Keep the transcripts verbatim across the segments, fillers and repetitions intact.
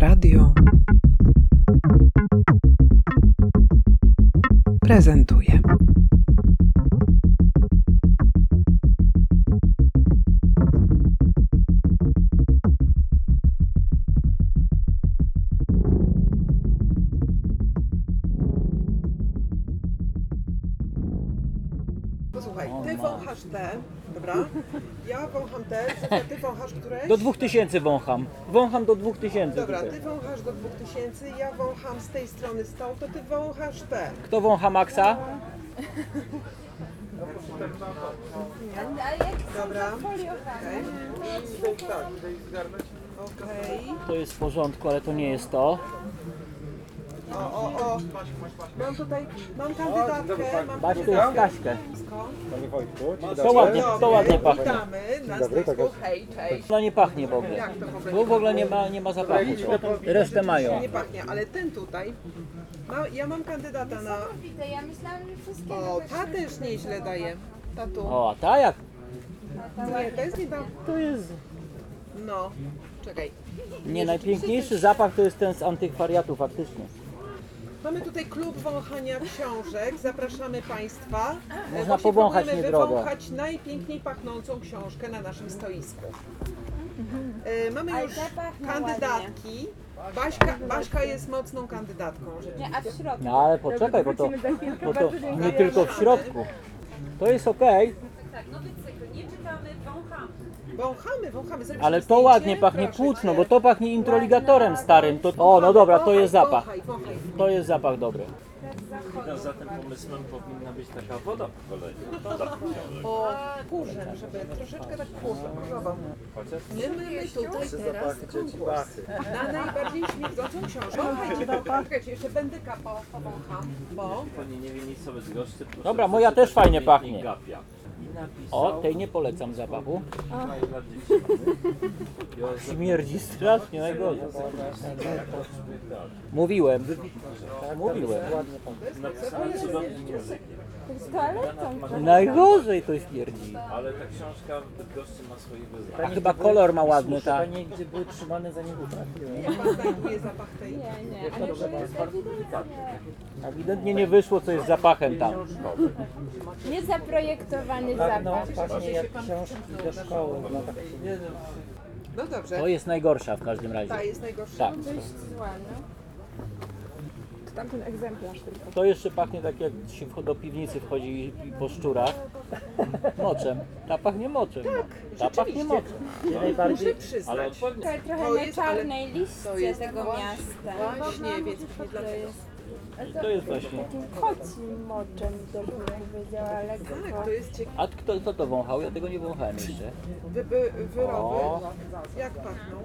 Radio prezentuje. Posłuchaj, ty wąchasz te, dobra? Ja wącham te, słuchaj, ty wąchasz któreś? Do dwóch tysięcy wącham. Wącham do dwóch tysięcy. Dobra, tutaj. ty wąchasz do dwóch tysięcy, ja wącham z tej strony z tą, to ty wąchasz te. Kto wącha Maxa? Dobra. Okej. Okej. To jest w porządku, ale to nie jest to. O, o, o. Mam tutaj, mam kandydatkę, mam Baś, to jest kandydatkę. Kaśkę. Panie Wojtku, dzień To dobry. ładnie, to ładnie pachnie. Witamy na stoisku. Hej, cześć. No nie pachnie w ogóle. Jak to w ogóle Bo w ogóle nie ma, nie ma zapachu. Resztę mają. nie pachnie, ale ten tutaj, ma, ja mam kandydata na... Widzę, ja myślałam, że wszystkie O, ta też nieźle daje. Ta tu. O, a ta jak? Nie, to jest nie ta... To jest... No, czekaj. Nie, najpiękniejszy zapach to jest ten z antykwariatu faktycznie. Mamy tutaj klub wąchania książek. Zapraszamy Państwa. Można Właśnie powąchać próbujemy niedrogo. wywąchać najpiękniej pachnącą książkę na naszym stoisku. E, Mamy Ale już zapachnie kandydatki. Baśka, Baśka jest mocną kandydatką. Nie, a w środku. No ale poczekaj, bo to, bo to nie tylko w środku. To jest okej, Wąchamy, wąchamy. Zrobisz ale mi to zdjęcie? ładnie pachnie Proszę płótno, cię. bo to pachnie introligatorem starym. To, o, no dobra, to jest zapach. Wąchaj, wąchaj. To jest zapach dobry. No, za tym pomysłem powinna być taka woda po kolei. O, kurzem, żeby troszeczkę tak kurzował. My mamy tutaj teraz konkurs na najbardziej śmierdzącą książkę. Wąchajcie, wąchajcie, jeszcze będyka po, powącham, bo... Panie nie wie nic sobie z goszczy. proszę Dobra, moja przeczytać też fajnie pamiętnik pachnie. Gapia. I napisał O, tej nie polecam zapachu. najbardziej śmieszny. Józef Śmierdzi strasznie, najgorzej. Mówiłem. Mówiłem. napisał cudowny muzyk. Z toaletą. Najgorzej to śmierdzi. Ale ta książka w Bydgoszczy ma swoje A wyznania. chyba kolor ma ładny, tak? Nigdzie były trzymane, zanim utrafiły. Jak Pan znajduje zapach tej? Nie, nie, ale to jest ewidentnie Ewidentnie nie wyszło, co jest zapachem tam. niezaprojektowany Tak, no, zapach. pachnie jak książki do szkoły. No, tak. No dobrze, To jest najgorsza w każdym ta razie. jest najgorsza. Tak. Dość zła, no. To jeszcze pachnie tak, jak się wcho- do piwnicy wchodzi i po szczurach. Moczem. Ta pachnie moczem. Ta pachnie moczem. Muszę Ale przyznać. odpowiednio. Tutaj trochę To na jest, ale czarnej to liście jest tego właśnie- miasta. Właśnie, więc nie dlatego. To jest właśnie. Takim kocim moczem, to bym powiedziała, lekko. Tak, to jest ciekawe. A kto, kto to wąchał? Ja tego nie wąchałem jeszcze. Wy, wy, wyroby. O. Jak pachną?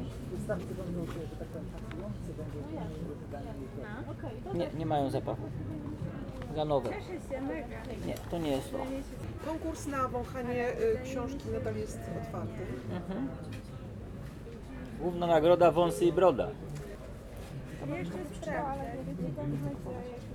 Nie, nie mają zapachu. Za nowe. Nie, to nie jest to. Konkurs na wąchanie y, książki nadal jest otwarty. Główna nagroda wąsy i broda. Jeszcze sprawdzę, gdzie tam chodzi.